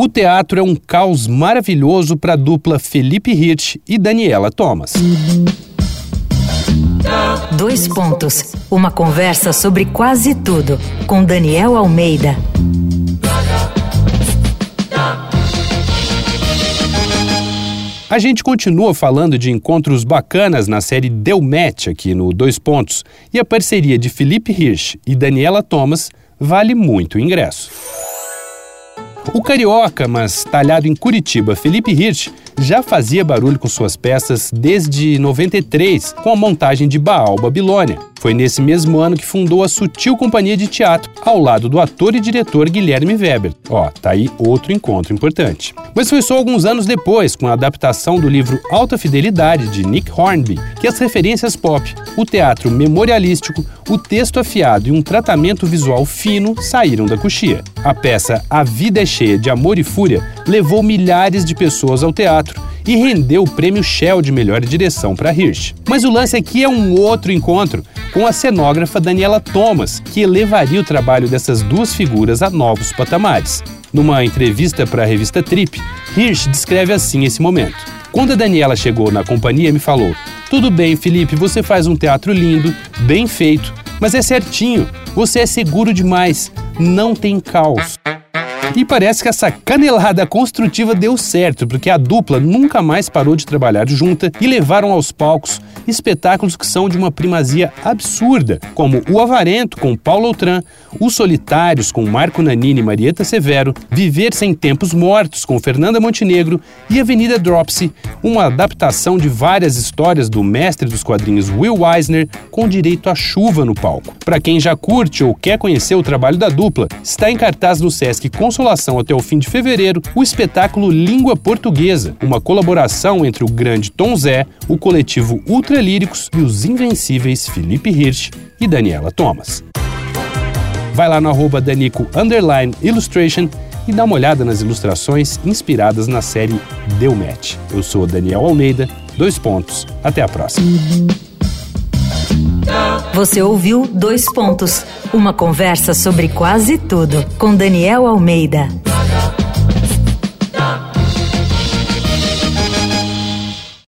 O teatro é um caos maravilhoso para a dupla Felipe Hirsch e Daniela Thomas. 2 pontos. Uma conversa sobre quase tudo com Daniel Almeida. A gente continua falando de encontros bacanas na série Deu Match aqui no 2 Pontos, e a parceria de Felipe Hirsch e Daniela Thomas vale muito o ingresso. O carioca, mas talhado em Curitiba, Felipe Hirsch, já fazia barulho com suas peças desde 93, com a montagem de Baal Babilônia. Foi nesse mesmo ano que fundou a Sutil Companhia de Teatro, ao lado do ator e diretor Guilherme Weber. Tá aí outro encontro importante. Mas foi só alguns anos depois, com a adaptação do livro Alta Fidelidade, de Nick Hornby, que as referências pop, o teatro memorialístico, o texto afiado e um tratamento visual fino saíram da coxia. A peça A Vida é Cheia de Amor e Fúria levou milhares de pessoas ao teatro e rendeu o prêmio Shell de melhor direção para Hirsch. Mas o lance aqui é um outro encontro, com a cenógrafa Daniela Thomas, que elevaria o trabalho dessas duas figuras a novos patamares. Numa entrevista para a revista Trip, Hirsch descreve assim esse momento. Quando a Daniela chegou na companhia, me falou: "Tudo bem, Felipe, você faz um teatro lindo, bem feito, mas é certinho, você é seguro demais, não tem caos." E parece que essa canelada construtiva deu certo, porque a dupla nunca mais parou de trabalhar junta e levaram aos palcos espetáculos que são de uma primazia absurda, como O Avarento, com Paulo Outram, Os Solitários, com Marco Nanini e Marieta Severo, Viver Sem Tempos Mortos, com Fernanda Montenegro, e Avenida Dropsy, uma adaptação de várias histórias do mestre dos quadrinhos Will Eisner, com direito à chuva no palco. Para quem já curte ou quer conhecer o trabalho da dupla, está em cartaz no Sesc Consolação até o fim de fevereiro o espetáculo Língua Portuguesa, uma colaboração entre o grande Tom Zé, o coletivo Ultralíricos e os invencíveis Felipe Hirsch e Daniela Thomas. Vai lá no @Danico_Illustration e dá uma olhada nas ilustrações inspiradas na série Deu Match. Eu sou Daniel Almeida, 2 Pontos, até a próxima. Você ouviu 2 Pontos, uma conversa sobre quase tudo com Daniel Almeida.